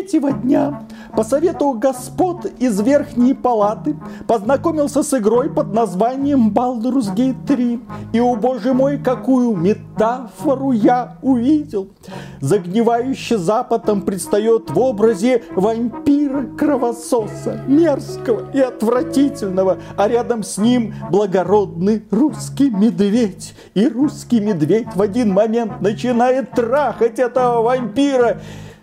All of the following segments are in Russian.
третьего дня по совету господ из Верхней Палаты познакомился с игрой под названием Baldur's Gate 3. И, о боже мой, какую метафору я увидел. Загнивающий Западом предстает в образе вампира-кровососа, мерзкого и отвратительного, а рядом с ним благородный русский медведь. И русский медведь в один момент начинает трахать этого вампира.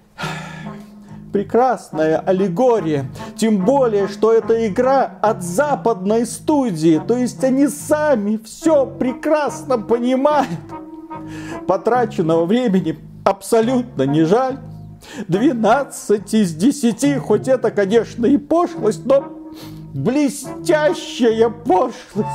Прекрасная аллегория. Тем более, что эта игра от западной студии. То есть они сами все прекрасно понимают. Потраченного времени абсолютно не жаль. 12 из 10, хоть это, конечно, и пошлость, но блестящая пошлость.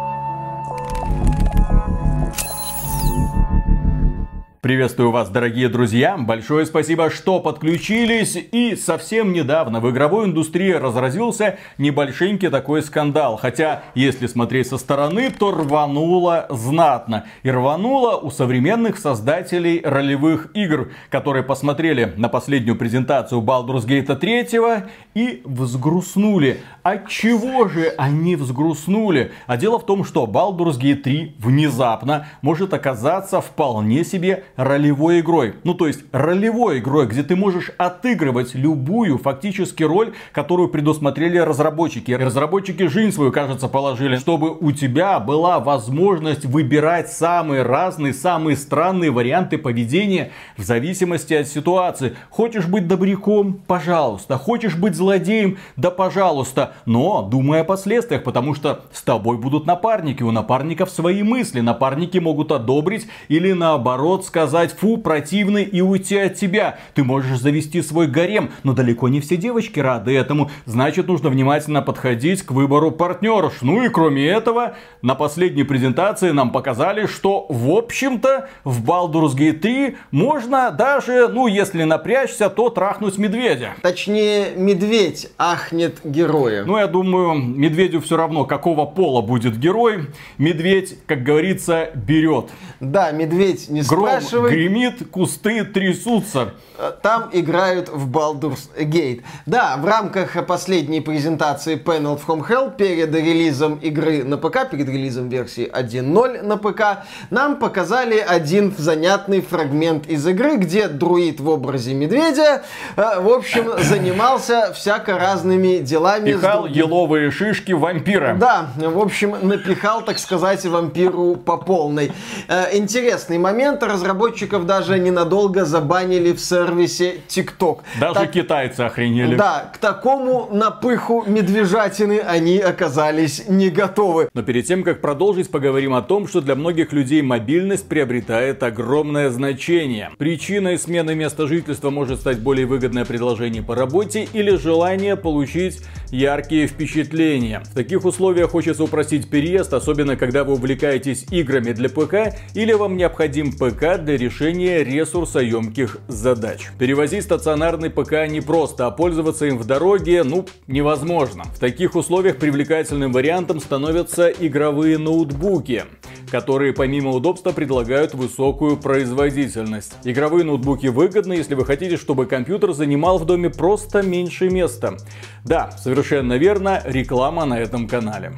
Приветствую вас, дорогие друзья! Большое спасибо, что подключились. И совсем недавно в игровой индустрии разразился небольшенький такой скандал. Хотя, если смотреть со стороны, то рвануло знатно. И рвануло у современных создателей ролевых игр, которые посмотрели на последнюю презентацию Baldur's Gate 3 и взгрустнули. Отчего же они взгрустнули? А дело в том, что Baldur's Gate 3 внезапно может оказаться вполне себе ролевой игрой. Ну, то есть ролевой игрой, где ты можешь отыгрывать любую фактически роль, которую предусмотрели разработчики. Разработчики жизнь свою, кажется, положили, чтобы у тебя была возможность выбирать самые разные, самые странные варианты поведения в зависимости от ситуации. Хочешь быть добряком? Пожалуйста. Хочешь быть злодеем? Да пожалуйста. Но думай о последствиях, потому что с тобой будут напарники. У напарников свои мысли. Напарники могут одобрить или наоборот сказать: фу, противный, и уйти от тебя. Ты можешь завести свой гарем, но далеко не все девочки рады этому. Значит, нужно внимательно подходить к выбору партнеров. Ну и кроме этого, на последней презентации нам показали, что в общем-то в Baldur's Gate 3 можно даже, ну если напрячься, то трахнуть медведя. Точнее, медведь ахнет героя. Ну, я думаю, медведю все равно, какого пола будет герой. Медведь, как говорится, берет. Да, медведь не спрашивает. Гремит, кусты трясутся. Там играют в Baldur's Gate. Да, в рамках последней презентации Panel from Hell перед релизом игры на ПК, перед релизом версии 1.0 на ПК, нам показали один занятный фрагмент из игры, где друид в образе медведя, в общем, занимался всяко разными делами. Пихал еловые шишки вампира. Да, в общем, напихал, так сказать, вампиру по полной. Интересный момент. Разработчиков даже ненадолго забанили в сервисе TikTok. Даже китайцы охренели. Да, к такому напыху медвежатины они оказались не готовы. Но перед тем, как продолжить, поговорим о том, что для многих людей мобильность приобретает огромное значение. Причиной смены места жительства может стать более выгодное предложение по работе или желание получить яркие впечатления. В таких условиях хочется упростить переезд, особенно когда вы увлекаетесь играми для ПК или вам необходим ПК для решения ресурсоемких задач. Перевозить стационарный ПК непросто, а пользоваться им в дороге, невозможно. В таких условиях привлекательным вариантом становятся игровые ноутбуки, которые помимо удобства предлагают высокую производительность. Игровые ноутбуки выгодны, если вы хотите, чтобы компьютер занимал в доме просто меньше места. Да, совершенно верно, реклама на этом канале.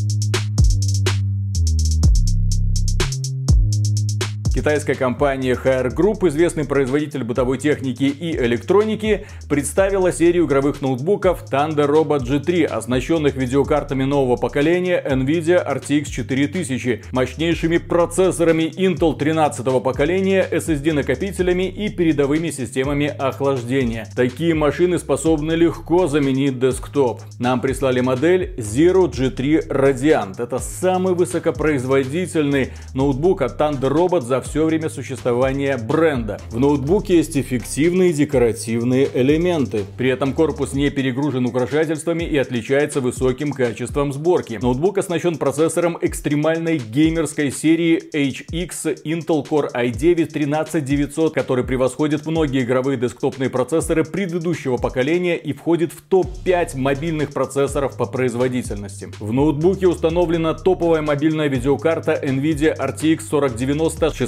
Китайская компания HR Group, известный производитель бытовой техники и электроники, представила серию игровых ноутбуков Thunder Robot G3, оснащенных видеокартами нового поколения NVIDIA RTX 4000, мощнейшими процессорами Intel 13-го поколения, SSD-накопителями и передовыми системами охлаждения. Такие машины способны легко заменить десктоп. Нам прислали модель Zero G3 Radiant. Это самый высокопроизводительный ноутбук от Thunder Robot за все время существования бренда. В ноутбуке есть эффективные декоративные элементы. При этом корпус не перегружен украшательствами и отличается высоким качеством сборки. Ноутбук оснащен процессором экстремальной геймерской серии HX Intel Core i9-13900, который превосходит многие игровые десктопные процессоры предыдущего поколения и входит в топ-5 мобильных процессоров по производительности. В ноутбуке установлена топовая мобильная видеокарта NVIDIA RTX 4090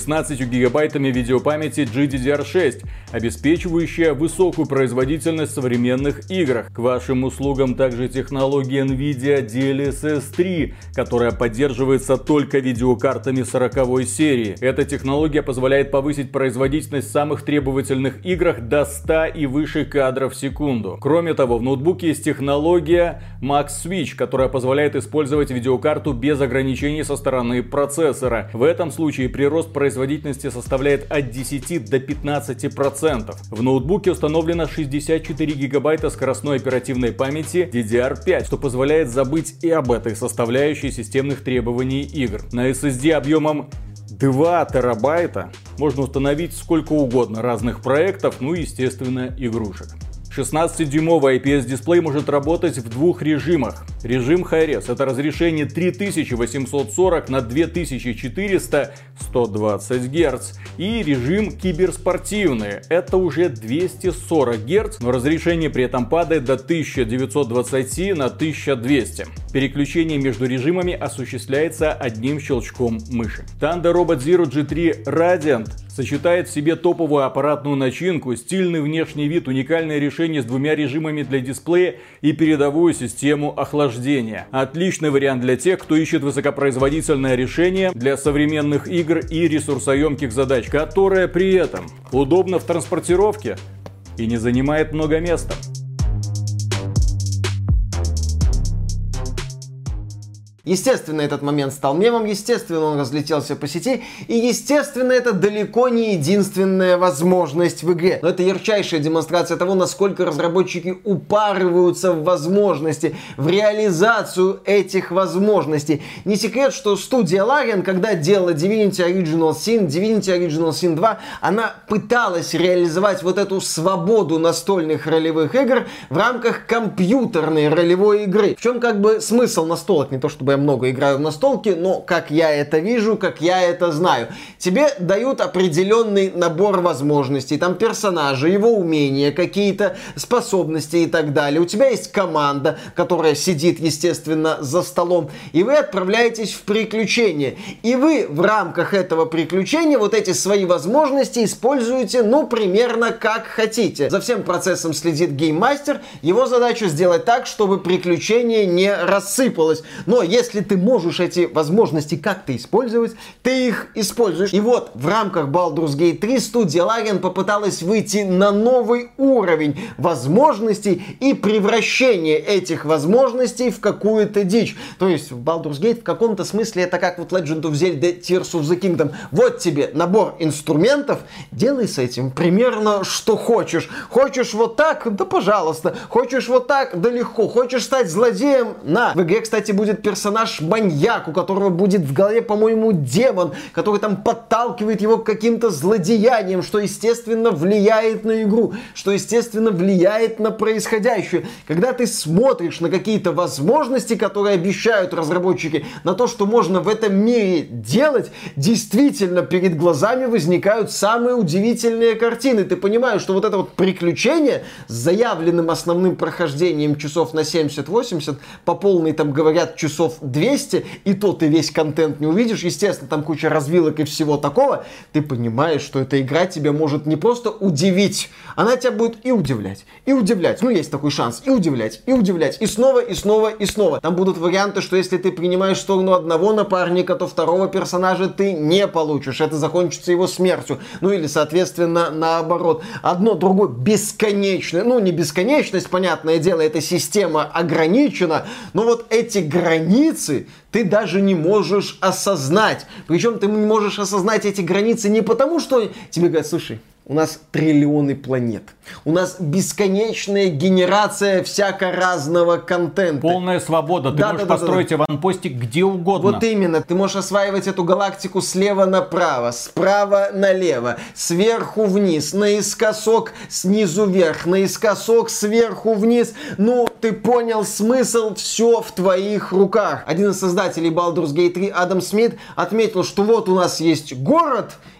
16 гигабайтами видеопамяти GDDR6, обеспечивающая высокую производительность в современных играх. К вашим услугам также технология NVIDIA DLSS 3, которая поддерживается только видеокартами 40-й серии. Эта технология позволяет повысить производительность в самых требовательных играх до 100 и выше кадров в секунду. Кроме того, в ноутбуке есть технология Max Switch, которая позволяет использовать видеокарту без ограничений со стороны процессора. В этом случае прирост производительности составляет от 10 до 15%. В ноутбуке установлено 64 гигабайта скоростной оперативной памяти DDR5, что позволяет забыть и об этой составляющей системных требований игр. На SSD объемом 2 терабайта можно установить сколько угодно разных проектов, ну и, естественно, игрушек. 16-дюймовый IPS-дисплей может работать в двух режимах. Режим High-Res — это разрешение 3840 на 2400 120 Гц. И режим киберспортивный — это уже 240 Гц, но разрешение при этом падает до 1920 на 1200. Переключение между режимами осуществляется одним щелчком мыши. Thunder Robot Zero G3 Radiant сочетает в себе топовую аппаратную начинку, стильный внешний вид, уникальное решение с двумя режимами для дисплея и передовую систему охлаждения. Отличный вариант для тех, кто ищет высокопроизводительное решение для современных игр и ресурсоемких задач, которое при этом удобно в транспортировке и не занимает много места. Естественно, этот момент стал мемом, естественно, он разлетелся по сети, и, естественно, это далеко не единственная возможность в игре. Но это ярчайшая демонстрация того, насколько разработчики упарываются в возможности, в реализацию этих возможностей. Не секрет, что студия Larian, когда делала Divinity Original Sin, Divinity Original Sin 2, она пыталась реализовать вот эту свободу настольных ролевых игр в рамках компьютерной ролевой игры. В чем как бы смысл настолок? Не то чтобы я много играю в настолки, но как я это вижу, как я это знаю. Тебе дают определенный набор возможностей, там персонажи, его умения, какие-то способности и так далее. У тебя есть команда, которая сидит, естественно, за столом, и вы отправляетесь в приключение. И вы в рамках этого приключения вот эти свои возможности используете, ну, примерно как хотите. За всем процессом следит гейммастер, его задача сделать так, чтобы приключение не рассыпалось. Но если ты можешь эти возможности как-то использовать, ты их используешь. И вот в рамках Baldur's Gate 3 студия Larian попыталась выйти на новый уровень возможностей и превращение этих возможностей в какую-то дичь. То есть в Baldur's Gate в каком-то смысле это как вот Legend of Zelda Tears of the Kingdom. Вот тебе набор инструментов, делай с этим примерно что хочешь. Хочешь вот так? Да пожалуйста. Хочешь вот так? Да легко. Хочешь стать злодеем? На. В игре, кстати, будет персонаж-маньяк, у которого будет в голове, по-моему, демон, который там подталкивает его к каким-то злодеяниям, что, естественно, влияет на игру, что, естественно, влияет на происходящее. Когда ты смотришь на какие-то возможности, которые обещают разработчики, на то, что можно в этом мире делать, действительно перед глазами возникают самые удивительные картины. Ты понимаешь, что вот это вот приключение с заявленным основным прохождением часов на 70-80, по полной там говорят часов 200, и то ты весь контент не увидишь. Естественно, там куча развилок и всего такого. Ты понимаешь, что эта игра тебя может не просто удивить, она тебя будет и удивлять, и удивлять. Ну, есть такой шанс. И удивлять, и удивлять. И снова, и снова, и снова. Там будут варианты, что если ты принимаешь сторону одного напарника, то второго персонажа ты не получишь. Это закончится его смертью. Ну, или, соответственно, наоборот. Одно, другое бесконечное. Ну, не бесконечность, понятное дело, эта система ограничена. Но вот эти границы ты даже не можешь осознать. Причем ты не можешь осознать эти границы не потому, что тебе говорят: слушай, у нас триллионы планет. У нас бесконечная генерация всяко разного контента. Полная свобода. Ты можешь построить аванпостик где угодно. Вот именно. Ты можешь осваивать эту галактику слева направо, справа налево, сверху вниз, наискосок снизу вверх, наискосок сверху вниз. Ну, ты понял смысл, все в твоих руках. Один из создателей Baldur's Gate 3, Адам Смит, отметил, что вот у нас есть город,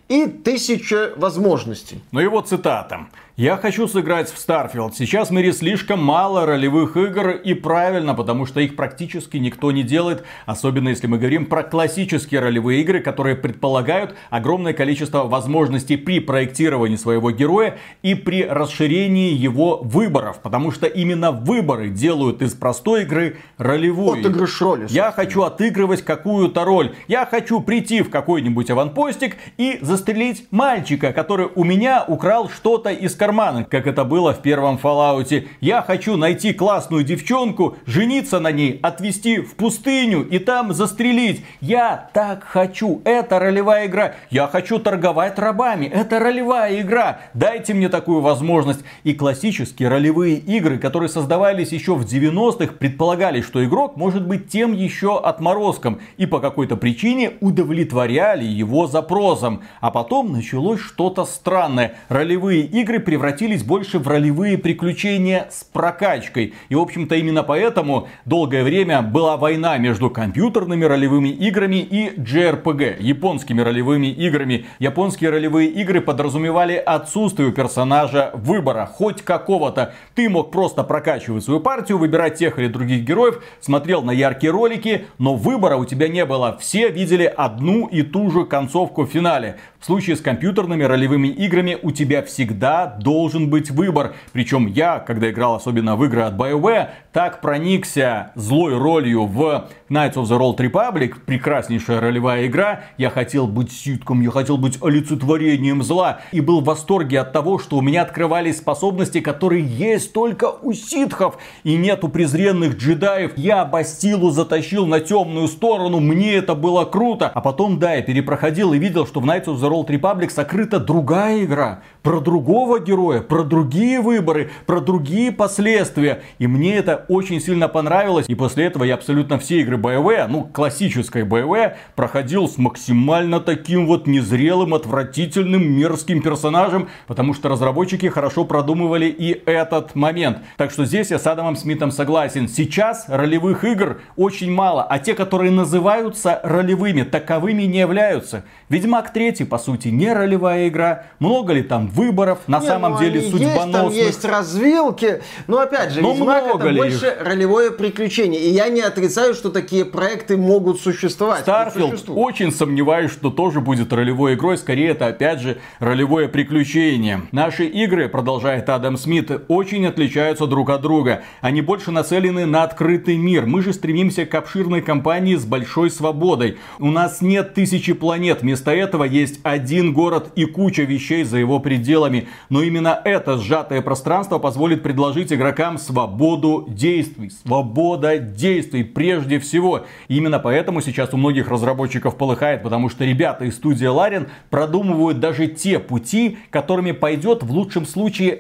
и 1000 возможностей. Ну и вот цитата. «Я хочу сыграть в Starfield. Сейчас в мире слишком мало ролевых игр, и правильно, потому что их практически никто не делает, особенно если мы говорим про классические ролевые игры, которые предполагают огромное количество возможностей при проектировании своего героя и при расширении его выборов, потому что именно выборы делают из простой игры ролевую. Отыгрыш роли. Я хочу отыгрывать какую-то роль. Я хочу прийти в какой-нибудь аванпостик и застрелить мальчика, который у меня украл что-то из кармана, как это было в первом Fallout. Я хочу найти классную девчонку, жениться на ней, отвезти в пустыню и там застрелить. Я так хочу. Это ролевая игра. Я хочу торговать рабами. Это ролевая игра. Дайте мне такую возможность. И классические ролевые игры, которые создавались еще в 90-х, предполагали, что игрок может быть тем еще отморозком. И по какой-то причине удовлетворяли его запросам. А потом началось что-то странное. Ролевые игры превратились больше в ролевые приключения с прокачкой. И, в общем-то, именно поэтому долгое время была война между компьютерными ролевыми играми и JRPG, японскими ролевыми играми. Японские ролевые игры подразумевали отсутствие у персонажа выбора, хоть какого-то. Ты мог просто прокачивать свою партию, выбирать тех или других героев, смотрел на яркие ролики, но выбора у тебя не было. Все видели одну и ту же концовку в финале. В случае с компьютерными ролевыми играми у тебя всегда должен быть выбор. Причем я, когда играл особенно в игры от BioWare, так проникся злой ролью в Knights of the Old Republic, прекраснейшая ролевая игра. Я хотел быть ситком, я хотел быть олицетворением зла. И был в восторге от того, что у меня открывались способности, которые есть только у ситхов. И нет у презренных джедаев. Я Бастилу затащил на темную сторону, мне это было круто. А потом, да, я перепроходил и видел, что в Knights of the Old Republic сокрыта другая игра. Про другого героя, про другие выборы, про другие последствия. И мне это очень сильно понравилось. И после этого я абсолютно все игры BioWare, ну классической BioWare, проходил с максимально таким вот незрелым, отвратительным, мерзким персонажем. Потому что разработчики хорошо продумывали и этот момент. Так что здесь я с Адамом Смитом согласен. Сейчас ролевых игр очень мало. А те, которые называются ролевыми, таковыми не являются. Ведьмак 3, по сути, не ролевая игра. Много ли там выборов? На самом деле судьбоносных. Там есть развилки. Но опять же, Ведьмак это больше ролевое приключение. И я не отрицаю, что такие проекты могут существовать. Starfield очень сомневаюсь, что тоже будет ролевой игрой. Скорее, это опять же ролевое приключение. Наши игры, продолжает Адам Смит, очень отличаются друг от друга. Они больше нацелены на открытый мир. Мы же стремимся к обширной кампании с большой свободой. У нас нет 1000 планет. Вместо этого есть один город и куча вещей за его пределами. Но именно это сжатое пространство позволит предложить игрокам свободу действий. Свобода действий прежде всего. И именно поэтому сейчас у многих разработчиков полыхает, потому что ребята из студии Larian продумывают даже те пути, которыми пойдет в лучшем случае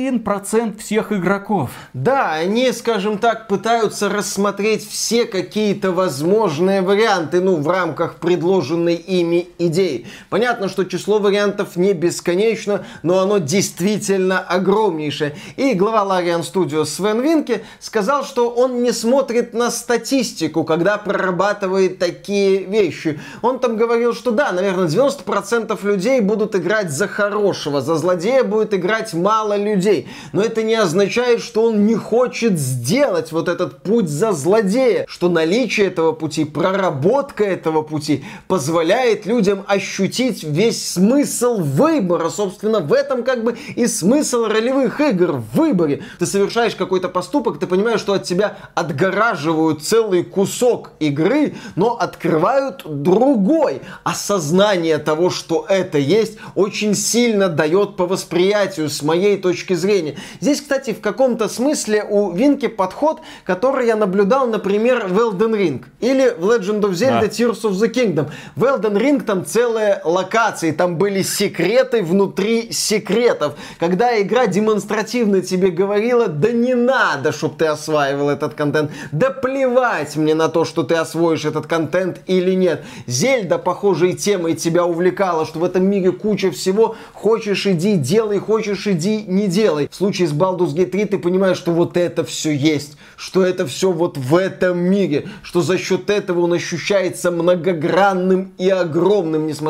1% всех игроков. Да, они, скажем так, пытаются рассмотреть все какие-то возможные варианты, в рамках предложенной ими идеи. Понятно, что число вариантов не бесконечно, но оно действительно огромнейшее. И глава Larian Studios Свен Винке сказал, что он не смотрит на статистику, когда прорабатывает такие вещи. Он там говорил, что да, наверное, 90% людей будут играть за хорошего, за злодея будет играть мало людей. Но это не означает, что он не хочет сделать вот этот путь за злодея, что наличие этого пути, проработка этого пути позволяет людям ощутить весь смысл выбора. Собственно, в этом как бы и смысл ролевых игр, в выборе. Ты совершаешь какой-то поступок, ты понимаешь, что от тебя отгораживают целый кусок игры, но открывают другой. Осознание того, что это есть, очень сильно дает по восприятию, с моей точки зрения. Здесь, кстати, в каком-то смысле у Винки подход, который я наблюдал, например, в Elden Ring или в Legend of Zelda Tears of the Kingdom. В Elden Ring там целые локации, там были секреты внутри секретов. Когда игра демонстративно тебе говорила, да не надо, чтобы ты осваивал этот контент, да плевать мне на то, что ты освоишь этот контент или нет. Зельда похожей темой тебя увлекала, что в этом мире куча всего, хочешь иди делай, хочешь иди не делай. В случае с Baldur's Gate 3 ты понимаешь, что вот это все есть, что это все вот в этом мире, что за счет этого он ощущается многогранным и огромным, несмотря на то, что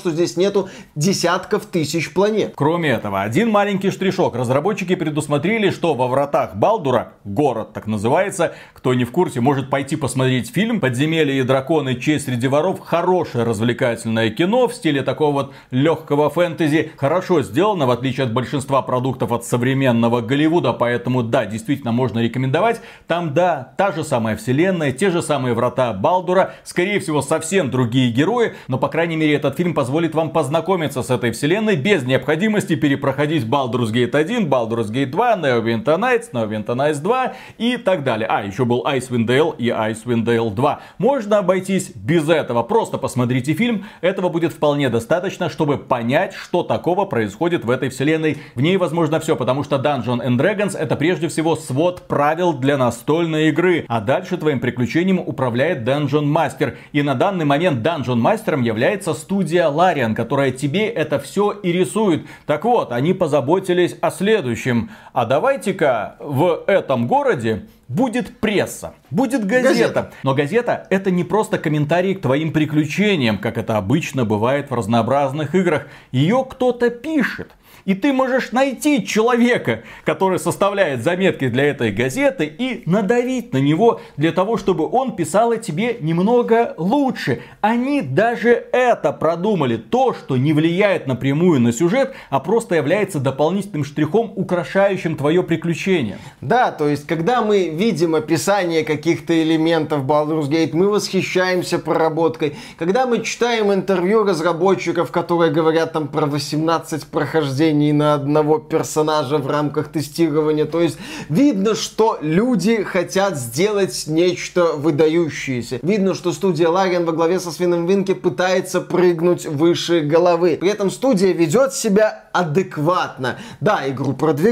что здесь нету десятков тысяч планет. Кроме этого, один маленький штришок. Разработчики предусмотрели, что во вратах Балдура, город так называется, кто не в курсе, может пойти посмотреть фильм «Подземелья и драконы. Честь среди воров». Хорошее развлекательное кино в стиле такого вот легкого фэнтези. Хорошо сделано, в отличие от большинства продуктов от современного Голливуда. Поэтому да, действительно можно рекомендовать. Там да, та же самая вселенная, те же самые врата Балдура. Скорее всего, совсем другие герои. Но, по крайней мере, этот фильм позволит вам познакомиться с этой вселенной без необходимости перепроходить Baldur's Gate 1, Baldur's Gate 2, Neverwinter Nights, Neverwinter Nights 2 и так далее. Еще был Icewind Dale и Icewind Dale 2. Можно обойтись без этого. Просто посмотрите фильм. Этого будет вполне достаточно, чтобы понять, что такого происходит в этой вселенной. В ней возможно все, потому что Dungeons and Dragons это прежде всего свод правил для настольной игры. А дальше твоим приключением управляет Dungeon Master. И на данный момент Dungeon Master'ом является студия Larian, которая тебе это все и рисует. Так вот, они позаботились о следующем. А давайте-ка в этом городе будет пресса, будет газета. Но газета это не просто комментарий к твоим приключениям, как это обычно бывает в разнообразных играх. Ее кто-то пишет. И ты можешь найти человека, который составляет заметки для этой газеты, и надавить на него для того, чтобы он писал о тебе немного лучше. Они даже это продумали. То, что не влияет напрямую на сюжет, а просто является дополнительным штрихом, украшающим твое приключение. Да, то есть, когда мы видим описание каких-то элементов Baldur's Gate, мы восхищаемся проработкой. Когда мы читаем интервью разработчиков, которые говорят там про 18 прохождений на одного персонажа в рамках тестирования. То есть видно, что люди хотят сделать нечто выдающееся. Видно, что студия Larian во главе со Свеном Винке пытается прыгнуть выше головы. При этом студия ведет себя адекватно. Да, игру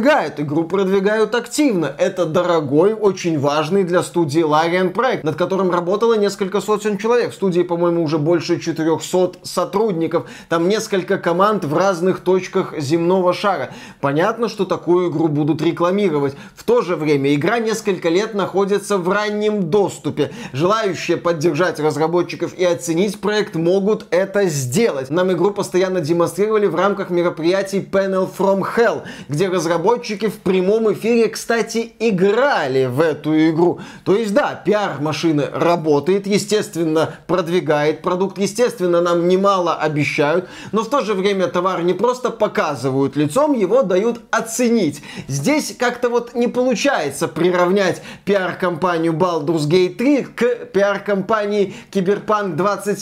продвигают активно. Это дорогой, очень важный для студии Larian проект, над которым работало несколько сотен человек. В студии, по-моему, уже больше 400 сотрудников. Там несколько команд в разных точках земного шара. Понятно, что такую игру будут рекламировать. В то же время игра несколько лет находится в раннем доступе. Желающие поддержать разработчиков и оценить проект могут это сделать. Нам игру постоянно демонстрировали в рамках мероприятий Panel from Hell, где разработчики в прямом эфире, кстати, играли в эту игру. То есть да, пиар-машина работает, естественно, продвигает продукт, естественно, нам немало обещают, но в то же время товар не просто показывают лицом, его дают оценить. Здесь как-то вот не получается приравнять пиар-компанию Baldur's Gate 3 к пиар-компании Cyberpunk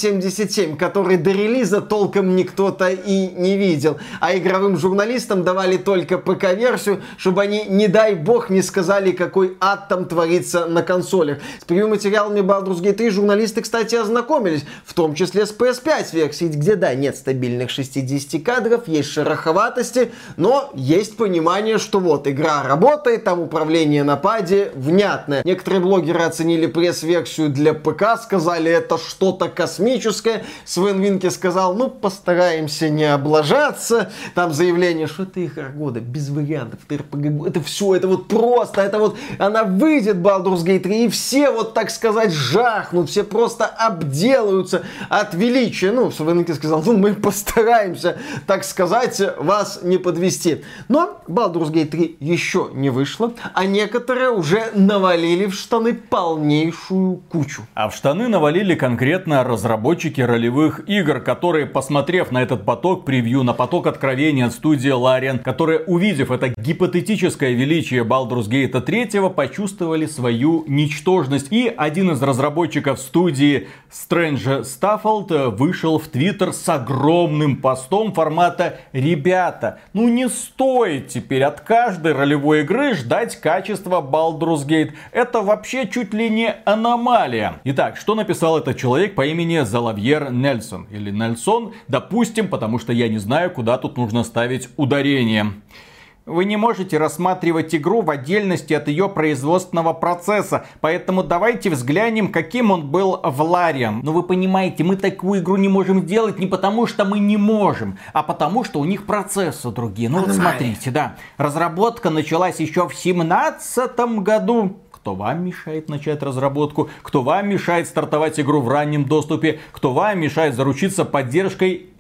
2077, который до релиза толком никто-то и не видел. А игровым журналистам давали только ПК-версию, чтобы они, не дай бог, не сказали, какой ад там творится на консолях. С превью-материалами Baldur's Gate 3 журналисты, кстати, ознакомились, в том числе с PS5 версией, где, да, нет стабильных 60 кадров, есть шероховатости, но есть понимание, что вот, игра работает, там управление на паде внятное. Некоторые блогеры оценили пресс-версию для ПК, сказали, это что-то космическое. Свен Винке сказал, ну, постараемся не облажаться. Там заявление, что это игра года, без вариантов, это все, это вот просто, это вот, она выйдет, Baldur's Gate 3, и все, вот так сказать, жахнут, все просто обделаются от величия. Ну, Свен Винке сказал, ну, мы постараемся, так сказать, вас не подвести. Но Baldur's Gate 3 еще не вышло, а некоторые уже навалили в штаны полнейшую кучу. А в штаны навалили конкретно разработчики ролевых игр, которые, посмотрев на этот поток превью, на поток откровений от студии Larian, которые, увидев это гипотетическое величие Baldur's Gate 3, почувствовали свою ничтожность. И один из разработчиков студии Strange Staffold вышел в Твиттер с огромным постом формата «Ребята, ну не стоит теперь от каждой ролевой игры ждать качества Baldur's Gate. Это вообще чуть ли не аномалия». Итак, что написал этот человек по имени Залавьер Нельсон? Или Нельсон, допустим, потому что я не знаю, куда тут нужно ставить ударение. Вы не можете рассматривать игру в отдельности от ее производственного процесса, поэтому давайте взглянем, каким он был в Larian. Но вы понимаете, мы такую игру не можем делать не потому, что мы не можем, а потому, что у них процессы другие. Ну вот смотрите, да, разработка началась еще в 2017 году. Кто вам мешает начать разработку? Кто вам мешает стартовать игру в раннем доступе? Кто вам мешает заручиться поддержкой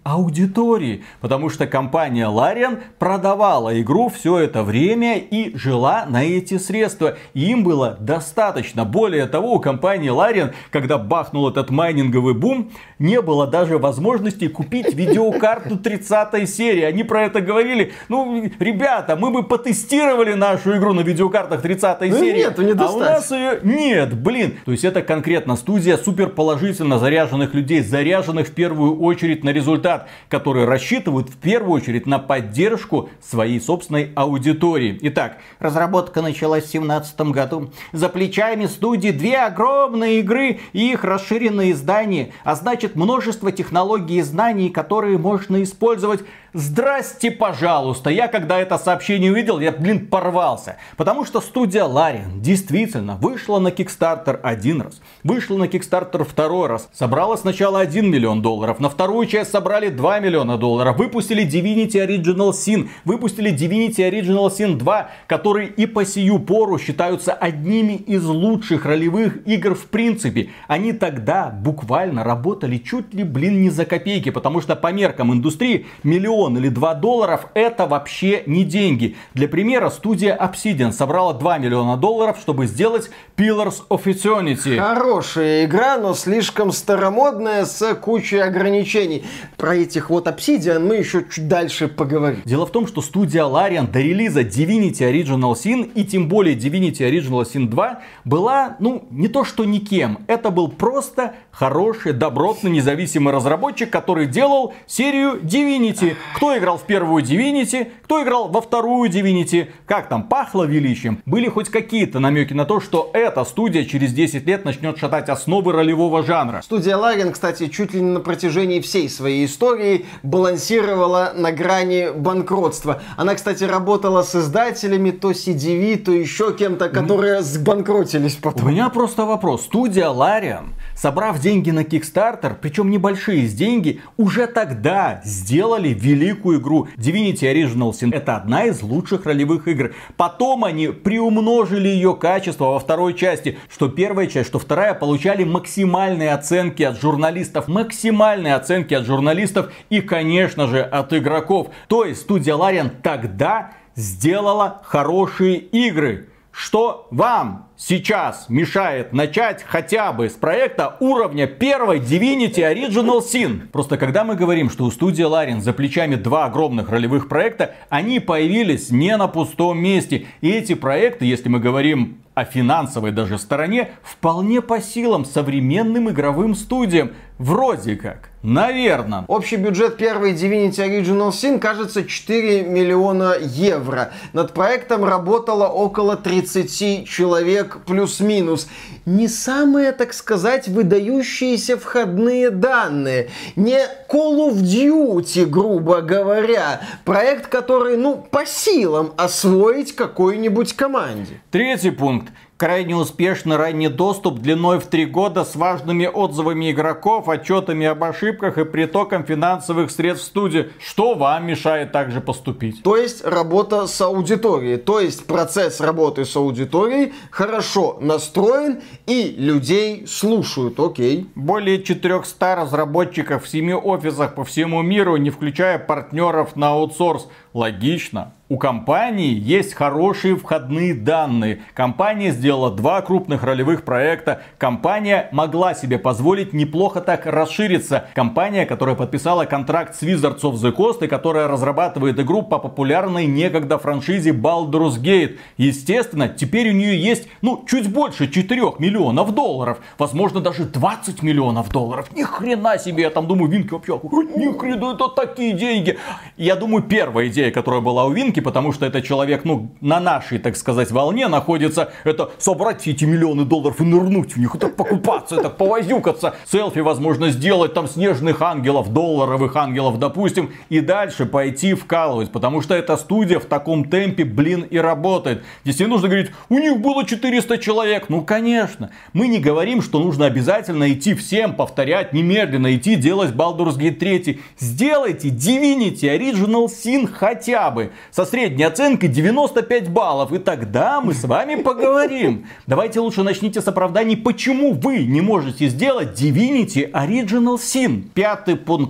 аудитории. Потому что компания Larian продавала игру все это время и жила на эти средства. И им было достаточно. Более того, у компании Larian, когда бахнул этот майнинговый бум, не было даже возможности купить видеокарту 30-й серии. Они про это говорили. Ну, ребята, мы бы потестировали нашу игру на видеокартах 30-й серии. Нету, не достать. А у нас ее нет, блин. То есть это конкретно студия супер положительно заряженных людей, заряженных в первую очередь на результат, которые рассчитывают в первую очередь на поддержку своей собственной аудитории. Итак, разработка началась в 2017 году. За плечами студии 2 огромные игры и их расширенные издания. А значит, множество технологий и знаний, которые можно использовать. Здрасте, пожалуйста. Я когда это сообщение увидел, я, порвался. Потому что студия Larian действительно вышла на Kickstarter 1 раз. Вышла на Kickstarter 2 раз. Собрала сначала $1 миллион. На вторую часть собрали $2 миллиона. Выпустили Divinity Original Sin. Выпустили Divinity Original Sin 2, которые и по сию пору считаются одними из лучших ролевых игр в принципе. Они тогда буквально работали чуть ли, не за копейки. Потому что по меркам индустрии $1 или $2 это вообще не деньги. Для примера, студия Obsidian собрала $2 миллиона, чтобы сделать Pillars of Eternity. Хорошая игра, но слишком старомодная, с кучей ограничений. Про этих вот Obsidian мы еще чуть дальше поговорим. Дело в том, что студия Larian до релиза Divinity Original Sin и тем более Divinity Original Sin 2 была, не то что никем. Это был просто хороший, добротный, независимый разработчик, который делал серию Divinity. Кто играл в первую Divinity, кто играл во вторую Divinity, как там пахло величием. Были хоть какие-то намеки на то, что эта студия через 10 лет начнет шатать основы ролевого жанра. Студия Larian, кстати, чуть ли не на протяжении всей своей истории балансировала на грани банкротства. Она, кстати, работала с издателями, то CDV, то еще кем-то, которые сбанкротились потом. У меня просто вопрос. Студия Larian, собрав деньги на Kickstarter, причем небольшие деньги, уже тогда сделали великую игру. Divinity Original Sin — это одна из лучших ролевых игр. Потом они приумножили ее качество во второй части. Что первая часть, что вторая получали максимальные оценки от журналистов. Максимальные оценки от журналистов и, конечно же, от игроков. То есть студия Larian тогда сделала хорошие игры. Что вам сейчас мешает начать хотя бы с проекта уровня первой Divinity Original Sin? Просто когда мы говорим, что у студии Larian за плечами 2 огромных ролевых проекта, они появились не на пустом месте. И эти проекты, если мы говорим о финансовой даже стороне, вполне по силам современным игровым студиям. Вроде как. Наверное. Общий бюджет первой Divinity Original Sin, кажется, 4 миллиона евро. Над проектом работало около 30 человек плюс-минус. Не самые, так сказать, выдающиеся входные данные. Не Call of Duty, грубо говоря. Проект, который, по силам освоить какой-нибудь команде. Третий пункт. Крайне успешный ранний доступ длиной в 3 года с важными отзывами игроков, отчетами об ошибках и притоком финансовых средств в студии. Что вам мешает также поступить? То есть работа с аудиторией. То есть процесс работы с аудиторией хорошо настроен и людей слушают. Окей. Более 400 разработчиков в 7 офисах по всему миру, не включая партнеров на аутсорс. Логично. У компании есть хорошие входные данные. Компания сделала 2 крупных ролевых проекта. Компания могла себе позволить неплохо так расшириться. Компания, которая подписала контракт с Wizards of the Coast и которая разрабатывает игру по популярной некогда франшизе Baldur's Gate. Естественно, теперь у нее есть, чуть больше 4 миллионов долларов. Возможно, даже 20 миллионов долларов. Ни хрена себе, я там думаю, Винки вообще, ни хрена, это такие деньги. Я думаю, первая идея, которая была у Винки, потому что этот человек, на нашей, так сказать, волне находится, это собрать все эти миллионы долларов и нырнуть в них, это покупаться, это повозюкаться, селфи, возможно, сделать, там, снежных ангелов, долларовых ангелов, допустим, и дальше пойти вкалывать, потому что эта студия в таком темпе, и работает. Здесь не нужно говорить, у них было 400 человек, конечно, мы не говорим, что нужно обязательно идти всем повторять, немедленно идти делать Baldur's Gate 3, сделайте Divinity Original Sin хотя бы, со средней оценкой 95 баллов. И тогда мы с вами поговорим. Давайте лучше начните с оправданий, почему вы не можете сделать Divinity Original Sin. 5-й пункт.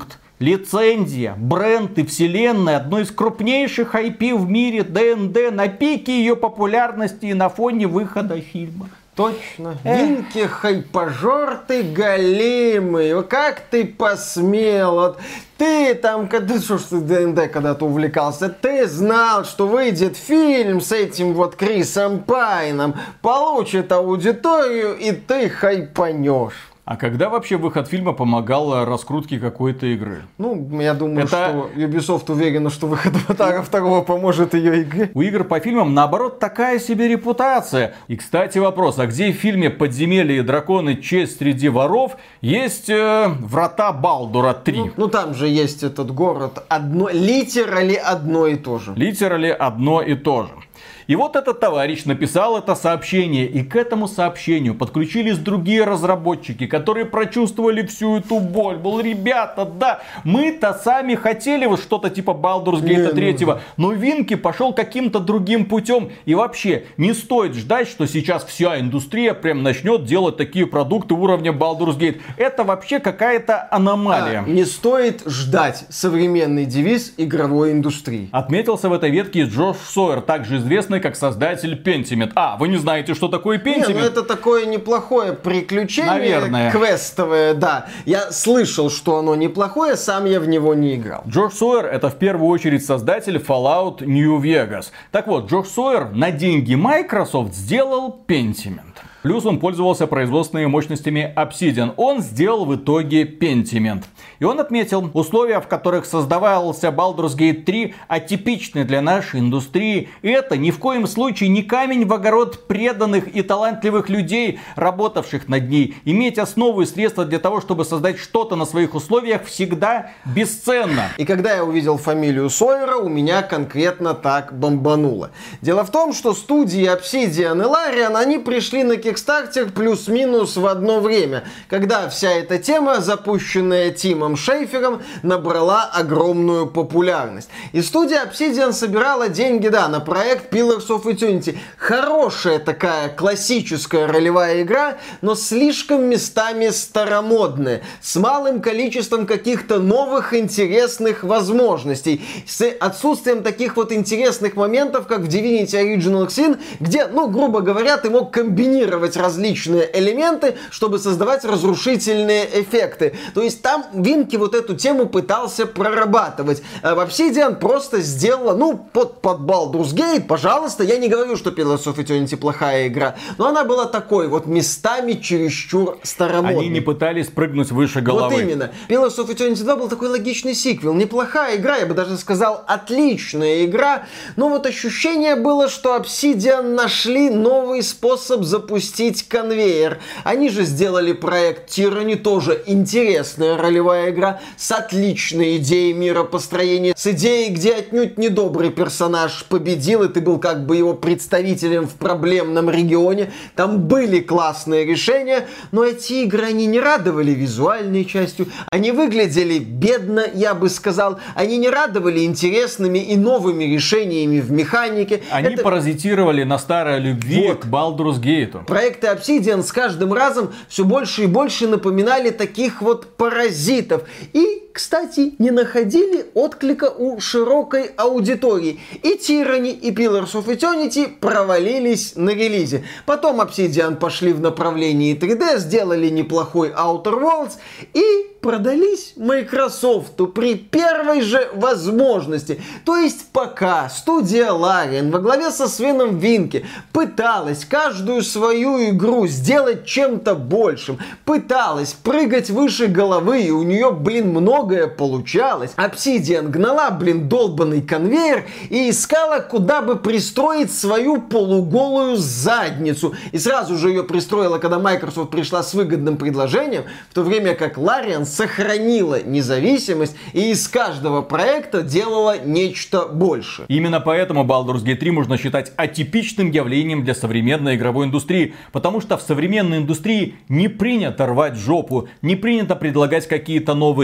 лицензия, бренд и вселенная одной из крупнейших IP в мире, ДНД, на пике ее популярности и на фоне выхода фильма. Точно. Винки, хайпажор ты галимый. Как ты посмел? Вот ты там, что ж ты ДНД когда-то увлекался, ты знал, что выйдет фильм с этим вот Крисом Пайном, получит аудиторию, и ты хайпанешь. А когда вообще выход фильма помогал раскрутке какой-то игры? Ну, я думаю, что Ubisoft уверена, что выход Аватара 2 поможет ее игре. У игр по фильмам, наоборот, такая себе репутация. И, кстати, вопрос, а где в фильме «Подземелье и драконы. Честь среди воров» есть врата Балдура 3? Ну, там же есть этот город, литерали одно и то же. Литерали одно и то же. И вот этот товарищ написал это сообщение, и к этому сообщению подключились другие разработчики, которые прочувствовали всю эту боль. Мол, ребята, да, мы-то сами хотели вот что-то типа Baldur's Gate 3, но Винки пошел каким-то другим путем. И вообще, не стоит ждать, что сейчас вся индустрия прям начнет делать такие продукты уровня Baldur's Gate. Это вообще какая-то аномалия. Не стоит ждать современный девиз игровой индустрии. Отметился в этой ветке Джош Сойер, также известный как создатель Pentiment. А, вы не знаете, что такое Pentiment? Не, ну это такое неплохое приключение. Наверное. Квестовое, да. Я слышал, что оно неплохое, сам я в него не играл. Джош Сойер это в первую очередь создатель Fallout New Vegas. Так вот, Джош Сойер на деньги Microsoft сделал Pentiment. Плюс он пользовался производственными мощностями Obsidian. Он сделал в итоге Pentiment. И он отметил, условия, в которых создавался Baldur's Gate 3, атипичны для нашей индустрии. И это ни в коем случае не камень в огород преданных и талантливых людей, работавших над ней. Иметь основу и средства для того, чтобы создать что-то на своих условиях, всегда бесценно. И когда я увидел фамилию Сойера, у меня конкретно так бомбануло. Дело в том, что студии Obsidian и Larian, они пришли на Kickstarter плюс-минус в одно время, когда вся эта тема, запущенная Тимом Шейфером, набрала огромную популярность. И студия Obsidian собирала деньги, да, на проект Pillars of Eternity. Хорошая такая классическая ролевая игра, но слишком местами старомодная, с малым количеством каких-то новых интересных возможностей, с отсутствием таких вот интересных моментов, как в Divinity Original Sin, где, ну, грубо говоря, ты мог комбинировать различные элементы, чтобы создавать разрушительные эффекты. То есть там Винки вот эту тему пытался прорабатывать. Obsidian просто сделала, ну, под Baldur's Gate, пожалуйста, я не говорю, что Pillars of Eternity плохая игра, но она была такой вот местами чересчур старомодной. Они не пытались прыгнуть выше головы. Вот именно. Pillars of Eternity 2 был такой логичный сиквел. Неплохая игра, я бы даже сказал, отличная игра, но вот ощущение было, что Obsidian нашли новый способ запустить конвейер. Они же сделали проект Tyranny, тоже интересная ролевая игра, с отличной идеей миропостроения, с идеей, где отнюдь недобрый персонаж победил, и ты был как бы его представителем в проблемном регионе. Там были классные решения, но эти игры, они не радовали визуальной частью, они выглядели бедно, я бы сказал, они не радовали интересными и новыми решениями в механике. Они паразитировали на старой любви к Baldur's Gate. Проекты Obsidian с каждым разом все больше и больше напоминали таких вот паразитов. И, кстати, не находили отклика у широкой аудитории. И Tyranny, и Pillars of Eternity провалились на релизе. Потом Obsidian пошли в направлении 3D, сделали неплохой Outer Worlds и продались Microsoft при первой же возможности. То есть пока студия Larian во главе со Свеном Винки пыталась каждую свою игру сделать чем-то большим, пыталась прыгать выше головы, и у нее, многое получалось, Obsidian гнала, долбанный конвейер и искала, куда бы пристроить свою полуголую задницу. И сразу же ее пристроила, когда Microsoft пришла с выгодным предложением, в то время как Larian сохранила независимость и из каждого проекта делала нечто больше. Именно поэтому Baldur's Gate 3 можно считать атипичным явлением для современной игровой индустрии, потому что в современной индустрии не принято рвать жопу, не принято предлагать какие-то новые решения,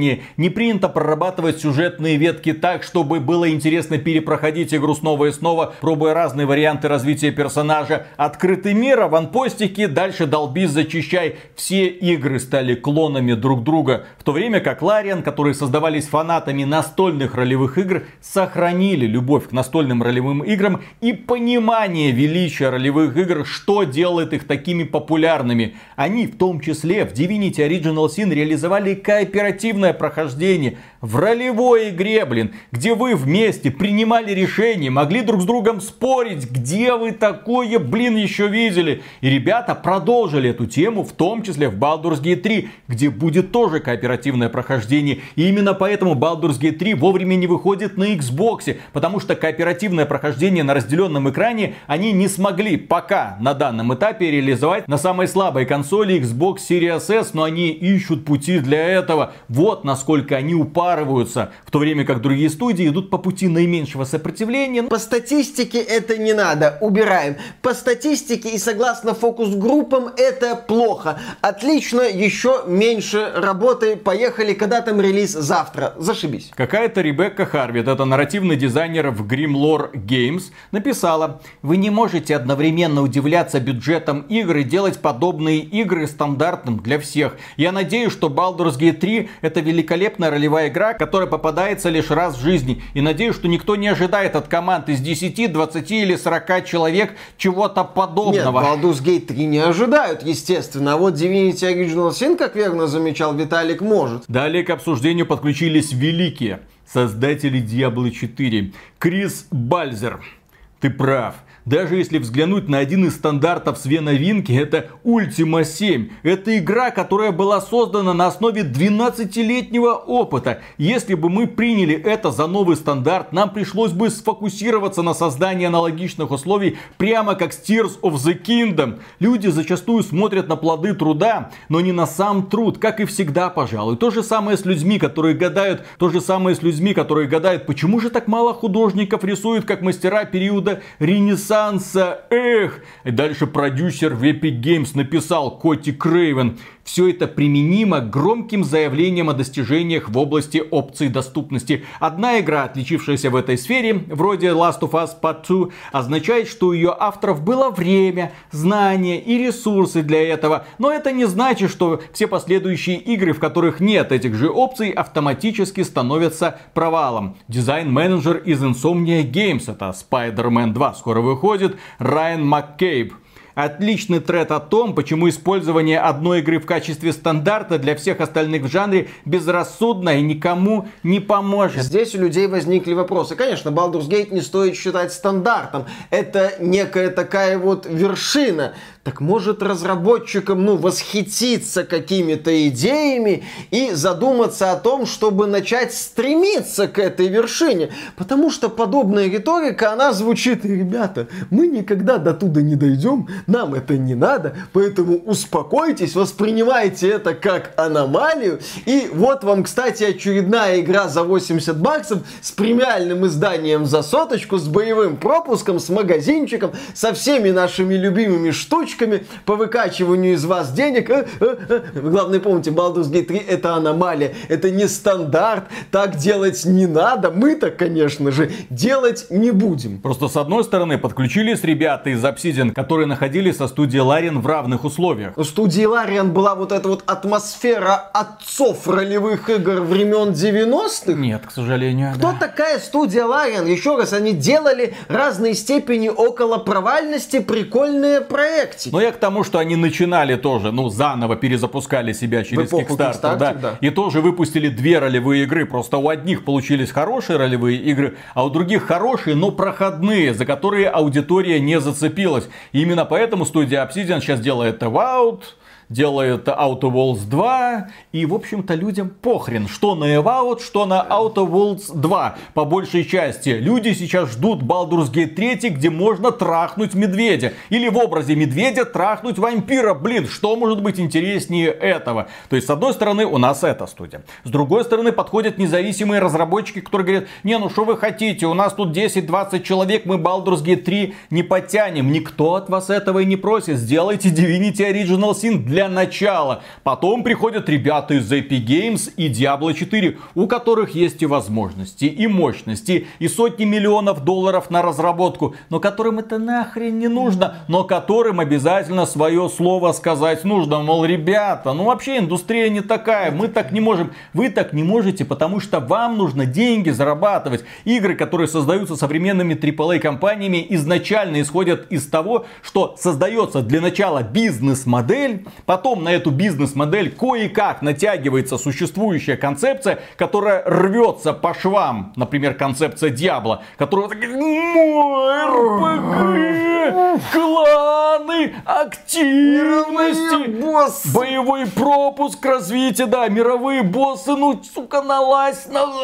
прохождения, не принято прорабатывать сюжетные ветки так, чтобы было интересно перепроходить игру снова и снова, пробуя разные варианты развития персонажа. Открытый мир, аванпостики, дальше долбись, зачищай. Все игры стали клонами друг друга, в то время как Larian, которые создавались фанатами настольных ролевых игр, сохранили любовь к настольным ролевым играм и понимание величия ролевых игр, что делает их такими популярными. Они в том числе в Divinity Original Sin реализовали кооперативное прохождение в ролевой игре, где вы вместе принимали решения, могли друг с другом спорить, где вы такое, еще видели. И ребята продолжили эту тему, в том числе в Baldur's Gate 3, где будет тоже кооперативное прохождение. И именно поэтому Baldur's Gate 3 вовремя не выходит на Xbox, потому что кооперативное прохождение на разделенном экране они не смогли пока на данном этапе реализовать на самой слабой консоли Xbox Series S, но они ищут пути для этого. Вот насколько они упарываются, в то время как другие студии идут по пути наименьшего сопротивления. По статистике это не надо, убираем. По статистике и согласно фокус-группам это плохо. Отлично, еще меньше работы. Поехали, когда там релиз? Завтра. Зашибись. Какая-то Ребекка Харвит, это нарративный дизайнер в Grimlore Games, написала: вы не можете одновременно удивляться бюджетам игр и делать подобные игры стандартным для всех. Я надеюсь, что Baldur's Gate 3 это великолепная ролевая игра, которая попадается лишь раз в жизни. И надеюсь, что никто не ожидает от команд из 10, 20 или 40 человек чего-то подобного. Нет, Baldur's Gate 3 не ожидают, естественно. А вот Divinity Original Sin, как верно замечал Виталик, может. Далее к обсуждению подключились великие создатели Diablo 4. Крис Бальзер. Ты прав. Даже если взглянуть на один из стандартов с две новинки, это Ultima 7. Это игра, которая была создана на основе 12-летнего опыта. Если бы мы приняли это за новый стандарт, нам пришлось бы сфокусироваться на создании аналогичных условий, прямо как с Tears of the Kingdom. Люди зачастую смотрят на плоды труда, но не на сам труд, как и всегда, пожалуй. То же самое с людьми, которые гадают, почему же так мало художников рисуют, как мастера периода Ренессанса. Эх! И дальше продюсер в Epic Games написал, Коти Крейвен: все это применимо к громким заявлениям о достижениях в области опций доступности. Одна игра, отличившаяся в этой сфере, вроде Last of Us Part 2, означает, что у ее авторов было время, знания и ресурсы для этого. Но это не значит, что все последующие игры, в которых нет этих же опций, автоматически становятся провалом. Дизайн-менеджер из Insomnia Games, это Spider-Man 2 скоро выходит, Райан Маккейб. Отличный тред о том, почему использование одной игры в качестве стандарта для всех остальных в жанре безрассудно и никому не поможет. Здесь у людей возникли вопросы. Конечно, Baldur's Gate не стоит считать стандартом. Это некая такая вот вершина. Так может разработчикам, восхититься какими-то идеями и задуматься о том, чтобы начать стремиться к этой вершине. Потому что подобная риторика, она звучит: ребята, мы никогда до туда не дойдем, нам это не надо, поэтому успокойтесь, воспринимайте это как аномалию. И вот вам, кстати, очередная игра за $80 с премиальным изданием за 100, с боевым пропуском, с магазинчиком, со всеми нашими любимыми штучками по выкачиванию из вас денег. Главное, помните, Baldur's Gate 3 это аномалия, это не стандарт, так делать не надо. Мы-то, конечно же, делать не будем. Просто с одной стороны подключились ребята из Obsidian, которые находились со студией Larian в равных условиях. У студии Larian была вот эта вот атмосфера отцов ролевых игр времен 90-х? Нет, к сожалению. Кто такая студия Larian? Еще раз, они делали разной степени около провальности прикольные проекты. Но я к тому, что они начинали тоже, заново перезапускали себя через Kickstarter, да. И тоже выпустили 2 ролевые игры. Просто у одних получились хорошие ролевые игры, а у других хорошие, но проходные, за которые аудитория не зацепилась. И именно поэтому студия Obsidian сейчас делает Evout, делает Outer Worlds 2, и, в общем-то, людям похрен, что на Evout, что на Outer Worlds 2, по большей части. Люди сейчас ждут Baldur's Gate 3, где можно трахнуть медведя, или в образе медведя трахнуть вампира. Что может быть интереснее этого? То есть, с одной стороны, у нас эта студия. С другой стороны, подходят независимые разработчики, которые говорят: что вы хотите, у нас тут 10-20 человек, мы Baldur's Gate 3 не подтянем. Никто от вас этого и не просит. Сделайте Divinity Original Sin для для начала. Потом приходят ребята из Epic Games и Diablo 4, у которых есть и возможности, и мощности, и сотни миллионов долларов на разработку, но которым это нахрен не нужно, но которым обязательно свое слово сказать нужно. Мол, ребята, ну вообще индустрия не такая, мы так не можем. Вы так не можете, потому что вам нужно деньги зарабатывать. Игры, которые создаются современными AAA компаниями, изначально исходят из того, что создается для начала бизнес-модель, потом на эту бизнес-модель кое-как натягивается существующая концепция, которая рвется по швам. Например, концепция Diablo, которая РПГ, кланы, активности, боевой пропуск, развитие, да, мировые боссы, ну, сука, налазь.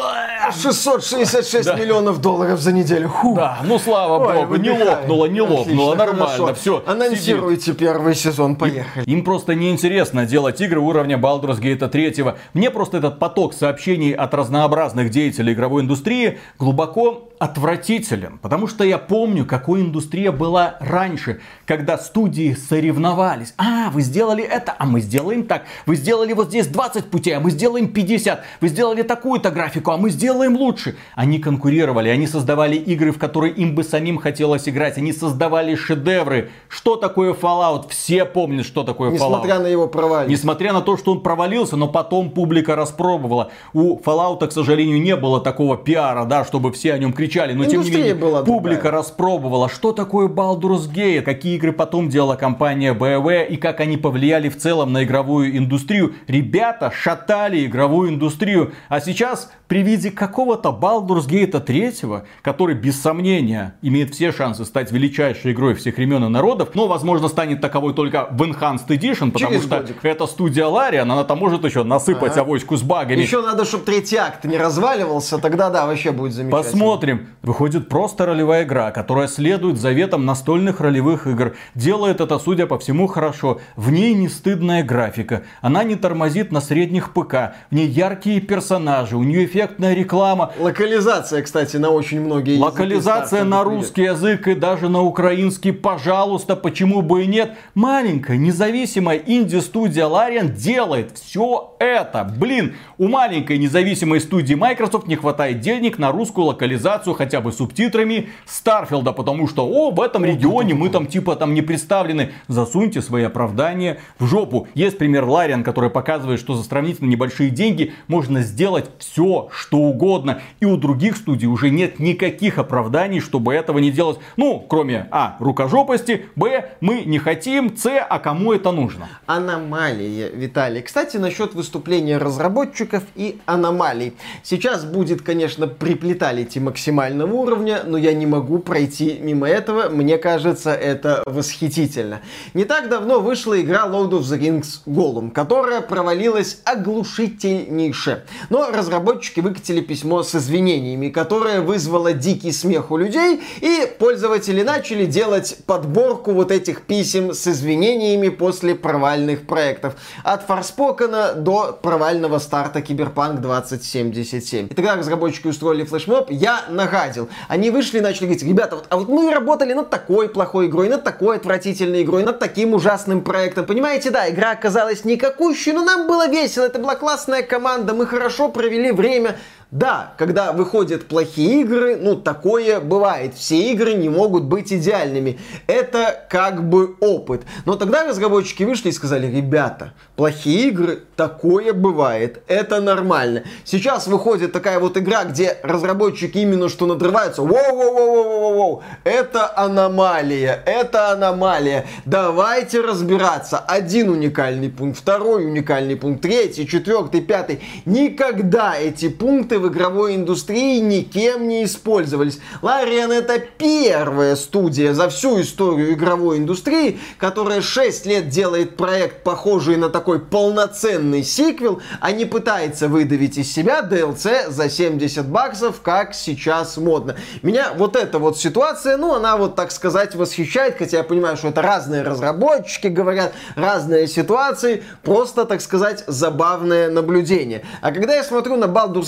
666 миллионов долларов за неделю. Да, ну слава богу, не лопнуло, нормально, все. Анонсируйте первый сезон, поехали. Им просто неинтересно делать игры уровня Baldur's Gate 3. Мне просто этот поток сообщений от разнообразных деятелей игровой индустрии глубоко отвратителен. Потому что я помню, какой индустрия была раньше, когда студии соревновались. А, вы сделали это, а мы сделаем так. Вы сделали вот здесь 20 путей, а мы сделаем 50. Вы сделали такую-то графику, а мы сделаем лучше. Они конкурировали, они создавали игры, в которые им бы самим хотелось играть. Они создавали шедевры. Что такое Fallout? Все помнят, что такое Fallout. Несмотря на его провал. Несмотря на то, что он провалился, но потом публика распробовала. У Fallout, к сожалению, не было такого пиара, да, чтобы все о нем кричали. Но тем не менее, публика распробовала, что такое Baldur's Gate, какие игры потом делала компания BioWare и как они повлияли в целом на игровую индустрию. Ребята шатали игровую индустрию. А сейчас при виде какого-то Baldur's Gate 3, который без сомнения имеет все шансы стать величайшей игрой всех времен и народов, но возможно станет таковой только в Enhanced Edition, потому что это студия Larian, она там может еще насыпать авоську с багами. Еще надо, чтобы третий акт не разваливался, тогда да, вообще будет замечательно. Посмотрим. Выходит просто ролевая игра, которая следует заветам настольных ролевых игр. Делает это, судя по всему, хорошо. В ней не стыдная графика. Она не тормозит на средних ПК. В ней яркие персонажи. У нее эффектная реклама. Локализация, кстати, на очень многие языки. Локализация на русский язык и даже на украинский. Пожалуйста, почему бы и нет. Маленькая, независимая инди-студия Larian делает все это. Блин, у маленькой независимой студии Microsoft не хватает денег на русскую локализацию хотя бы субтитрами Старфилда, потому что, в этом регионе мы там типа там не представлены. Засуньте свои оправдания в жопу. Есть пример Larian, который показывает, что за сравнительно небольшие деньги можно сделать все, что угодно. И у других студий уже нет никаких оправданий, чтобы этого не делать. Ну, кроме рукожопости, б, мы не хотим, с, а кому это нужно? Аномалия, Виталий. Кстати, насчет выступления разработчиков и аномалий. Сейчас будет, конечно, приплеталити максимального уровня, но я не могу пройти мимо этого. Мне кажется, это восхитительно. Не так давно вышла игра Lord of the Rings Gollum, которая провалилась оглушительнейше. Но разработчики выкатили письмо с извинениями, которое вызвало дикий смех у людей, и пользователи начали делать подборку вот этих писем с извинениями после провальных проектов. От Forspoken до провального старта Cyberpunk 2077. И тогда разработчики устроили флешмоб, я нагадил. Они вышли и начали говорить: ребята, вот мы работали над такой плохой игрой, над такой отвратительной игрой, над таким ужасным проектом. Понимаете, да, игра оказалась никакущей, но нам было весело, это была классная команда, мы хорошо провели время. Да, когда выходят плохие игры, такое бывает. Все игры не могут быть идеальными. Это как бы опыт. Но тогда разработчики вышли и сказали: ребята, плохие игры, такое бывает. Это нормально. Сейчас выходит такая вот игра, где разработчики именно что надрываются. Воу-воу-воу-воу-воу. Это аномалия. Это аномалия. Давайте разбираться. Один уникальный пункт, второй уникальный пункт, третий, четвертый, пятый. Никогда эти пункты в игровой индустрии никем не использовались. Larian — это первая студия за всю историю игровой индустрии, которая 6 лет делает проект, похожий на такой полноценный сиквел, а не пытается выдавить из себя DLC за $70, как сейчас модно. Меня вот эта вот ситуация, она вот, так сказать, восхищает, хотя я понимаю, что это разные разработчики говорят, разные ситуации, просто, так сказать, забавное наблюдение. А когда я смотрю на Baldur's Gate 3,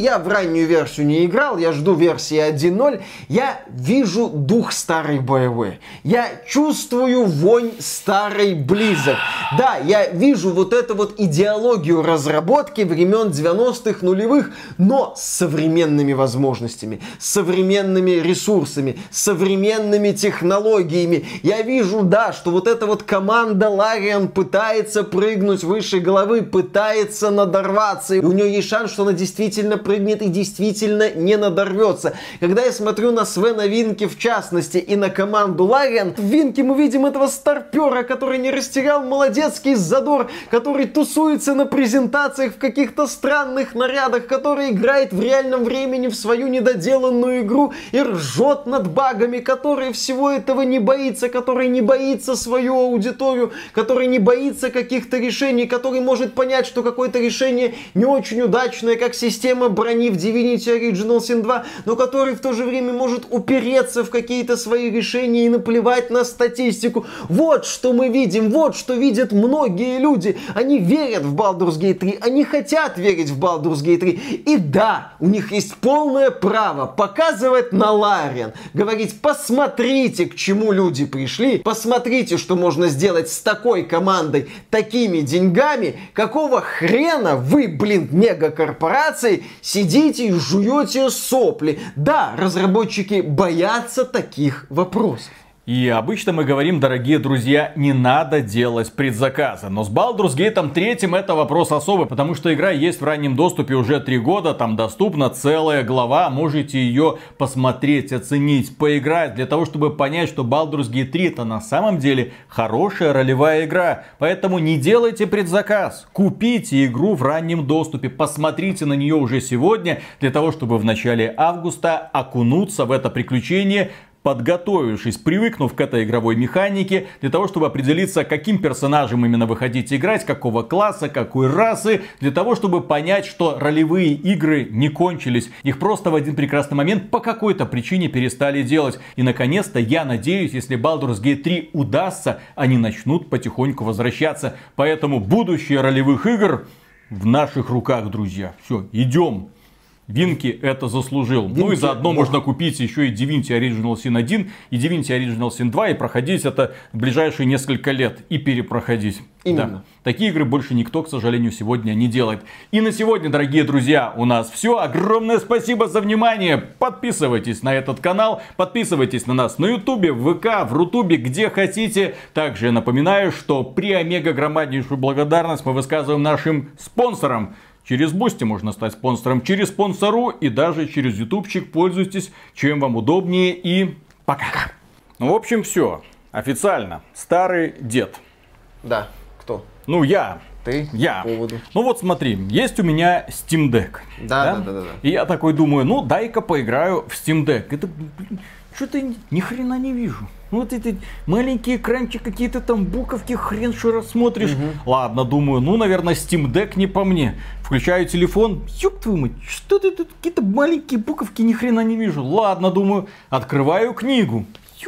я в раннюю версию не играл, я жду версии 1.0, я вижу дух старой BioWare. Я чувствую вонь старой Blizzard. Да, я вижу вот эту вот идеологию разработки времен 90-х, нулевых, но с современными возможностями, с современными ресурсами, с современными технологиями. Я вижу, да, что вот эта вот команда Лариан пытается прыгнуть выше головы, пытается надорваться. И у нее есть шанс, что она действительно прыгнет и действительно не надорвется. Когда я смотрю на Свена Винки в частности и на команду Лариан, в Винке мы видим этого старпера, который не растерял молодецкий задор, который тусуется на презентациях в каких-то странных нарядах, который играет в реальном времени в свою недоделанную игру и ржет над багами, который всего этого не боится, который не боится свою аудиторию, который не боится каких-то решений, который может понять, что какое-то решение не очень удачное, как система брони в Divinity Original Sin 2, но который в то же время может упереться в какие-то свои решения и наплевать на статистику. Вот что мы видим, вот что видят многие люди. Они верят в Baldur's Gate 3, они хотят верить в Baldur's Gate 3. И да, у них есть полное право показывать на Лариан, говорить: посмотрите, к чему люди пришли, посмотрите, что можно сделать с такой командой, такими деньгами, какого хрена вы, блин, мегакорпорации, сидите и жуете сопли. Да, разработчики боятся таких вопросов. И обычно мы говорим, дорогие друзья, не надо делать предзаказы. Но с Baldur's Gate 3 это вопрос особый, потому что игра есть в раннем доступе уже 3 года, там доступна целая глава, можете ее посмотреть, оценить, поиграть, для того, чтобы понять, что Baldur's Gate 3 это на самом деле хорошая ролевая игра. Поэтому не делайте предзаказ, купите игру в раннем доступе, посмотрите на нее уже сегодня, для того, чтобы в начале августа окунуться в это приключение, подготовившись, привыкнув к этой игровой механике, для того, чтобы определиться, каким персонажем именно вы хотите играть, какого класса, какой расы, для того, чтобы понять, что ролевые игры не кончились. Их просто в один прекрасный момент по какой-то причине перестали делать. И наконец-то, я надеюсь, если Baldur's Gate 3 удастся, они начнут потихоньку возвращаться. Поэтому будущее ролевых игр в наших руках, друзья. Все, идем. Винки это заслужил. Ну и заодно можно купить еще и Divinity Original Sin 1 и Divinity Original Sin 2 и проходить это в ближайшие несколько лет. И перепроходить. Именно. Да. Такие игры больше никто, к сожалению, сегодня не делает. И на сегодня, дорогие друзья, у нас все. Огромное спасибо за внимание. Подписывайтесь на этот канал. Подписывайтесь на нас на Ютубе, в ВК, в Рутубе, где хотите. Также напоминаю, что при омега громаднейшую благодарность мы высказываем нашим спонсорам. Через Бусти можно стать спонсором, через Спонсору и даже через Ютубчик. Пользуйтесь, чем вам удобнее, и пока. Ну, в общем, все. Официально. Старый дед. Да. Кто? Ну, я. Ты? Я. По поводу. Ну вот смотри, есть у меня Steam Deck. Да. И я такой думаю, ну дай-ка поиграю в Steam Deck. Это, блин, что-то ни хрена не вижу. Ну вот эти маленькие экранчики, какие-то там буковки, хрен что рассмотришь. Ладно, думаю, ну, наверное, Steam Deck не по мне. Включаю телефон, ёб твою мать, что ты тут, какие-то маленькие буковки, ни хрена не вижу. Ладно, думаю, открываю книгу.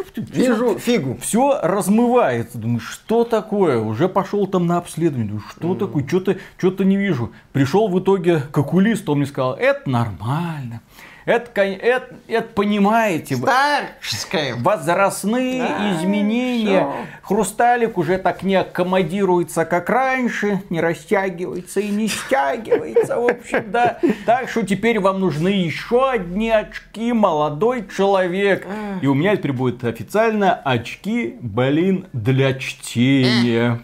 Вижу фигу. Все размывается. Думаю, что такое? Уже пошел там на обследование. Думаю, что такое? Что-то не вижу. Пришел в итоге к окулисту, он мне сказал, это нормально. Это понимаете, Старческое. возрастные изменения. Всё. Хрусталик уже так не аккомодируется, как раньше, не растягивается и не стягивается, в общем, да. Так что теперь вам нужны еще одни очки, молодой человек. И у меня теперь будет официально очки, блин, для чтения.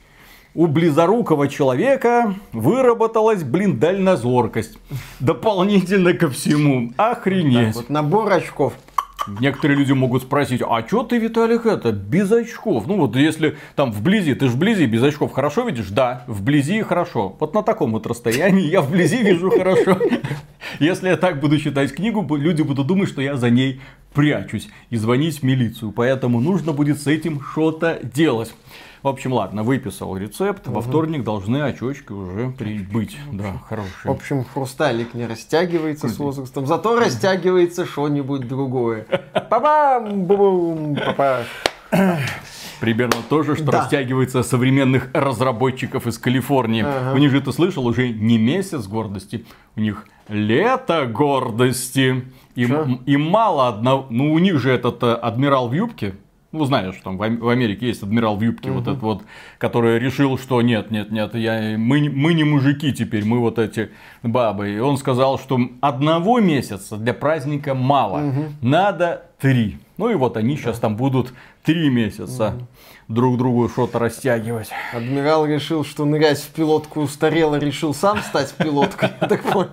У близорукого человека выработалась, блин, дальнозоркость. Дополнительно ко всему. Охренеть. Так, вот набор очков. Некоторые люди могут спросить, а чё ты, Виталик, это, без очков? Ну вот если там вблизи, ты же вблизи без очков хорошо видишь? Да, вблизи хорошо. Вот на таком вот расстоянии я вблизи вижу хорошо. Если я так буду читать книгу, люди будут думать, что я за ней прячусь и звонить в милицию. Поэтому нужно будет с этим что-то делать. В общем, ладно, выписал рецепт. Во вторник должны очечки уже прибыть. Да, хорошие. В общем, хрусталик не растягивается с возрастом, зато растягивается что-нибудь другое. Па-бам! Бу-бум! Па-па! Примерно то же, что Да. растягивается современных разработчиков из Калифорнии. У них же, ты слышал, уже не месяц гордости, у них лето гордости. Им мало одного... Ну, у них же этот адмирал в юбке. Ну, знаешь, там в Америке есть адмирал в юбке, вот этот вот, который решил, что нет, мы не мужики теперь, мы вот эти бабы. И он сказал, что одного месяца для праздника мало, надо 3. Ну и вот они сейчас там будут 3 месяца друг другу что-то растягивать. Адмирал решил, что нырять в пилотку устарело, решил сам стать пилоткой, я так понял.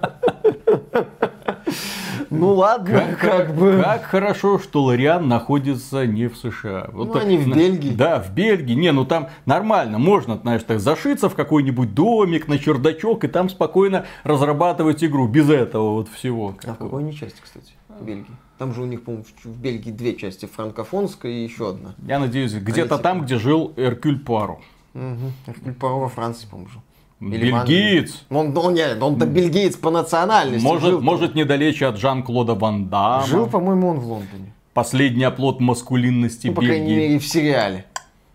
Ну ладно, как бы. Как хорошо, что Лориан находится не в США. Ну, они в Бельгии. Да, в Бельгии. Не, ну там нормально. Можно, знаешь, так зашиться в какой-нибудь домик, на чердачок, и там спокойно разрабатывать игру. Без этого вот всего. А в какой они части, кстати, Бельгии? Там же у них, по-моему, в Бельгии 2 части. Франкофонская и еще одна. Я надеюсь, где-то там, где жил Эркюль Пуаро. Эркюль Пуаро во Франции, по-моему, жил. Бельгиец. Он-то бельгиец по национальности. Может недалече от Жан-Клода Ван Дамма. Жил, по-моему, он в Лондоне. Последний оплот маскулинности Ну, по Бельгии. крайней мере, в сериале.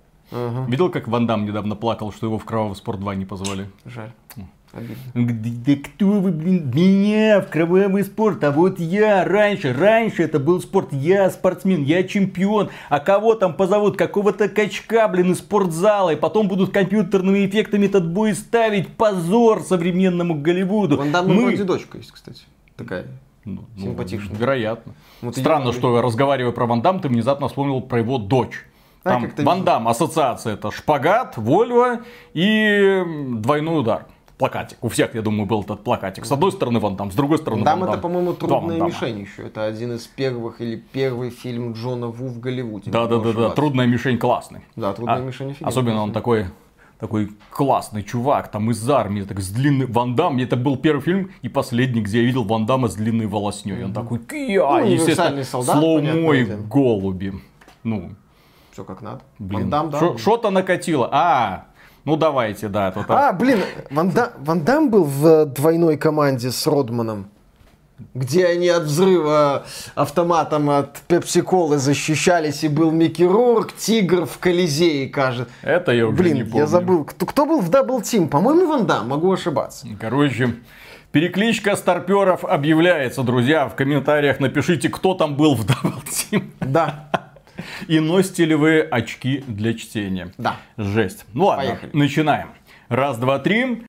Видел, как Ван Дам недавно плакал, что его в Кровавый спорт 2 не позвали? Жаль. Обидно. Он говорит, да кто вы, блин, меня в кровавый спорт, а вот я раньше это был спорт, я спортсмен, я чемпион, а кого там позовут, какого-то качка, блин, из спортзала, и потом будут компьютерными эффектами этот бой ставить, позор современному Голливуду. Ван Дамма вроде дочка есть, кстати, такая. Симпатичная. Вероятно. Вот Странно, я- что разговаривая про Ван Дам, ты внезапно вспомнил про его дочь. А, Там как-то Ван Дам, ассоциация, это шпагат, Вольво и двойной удар. Плакатик. У всех, я думаю, был этот плакатик. С одной стороны Ван Дам, с другой стороны Ван Ван Дам Дам. это, по-моему, Два трудная Ван Дамма. мишень еще. Это один из первых или первый фильм Джона Ву в Голливуде. Да, трудная мишень классный. Да, трудная мишень офигенная. Особенно он такой классный чувак, там из армии, так с длинным Ван Дам. Это был первый фильм и последний, где я видел Ван Дамма с длинной волосней. Он такой, Ну, универсальный солдат, слоумо понятное и дело. голуби. Ну, Все как надо. блин, Ван Дам, да. что-то накатило. Ну давайте, да. Блин, Ван Дам был в двойной команде с Родманом, где они от взрыва автоматом от пепси-колы защищались, и был Микки Рурк, Тигр в Колизее, кажется. Это я уже не помню. Я забыл. Кто был в Дабл Тим? По-моему, Ван Дам, могу ошибаться. Короче, перекличка старперов объявляется, друзья. В комментариях напишите, кто там был в Double Team. Да. И носите ли вы очки для чтения. Да. Жесть. Ну ладно, Поехали. начинаем. Раз, два, три.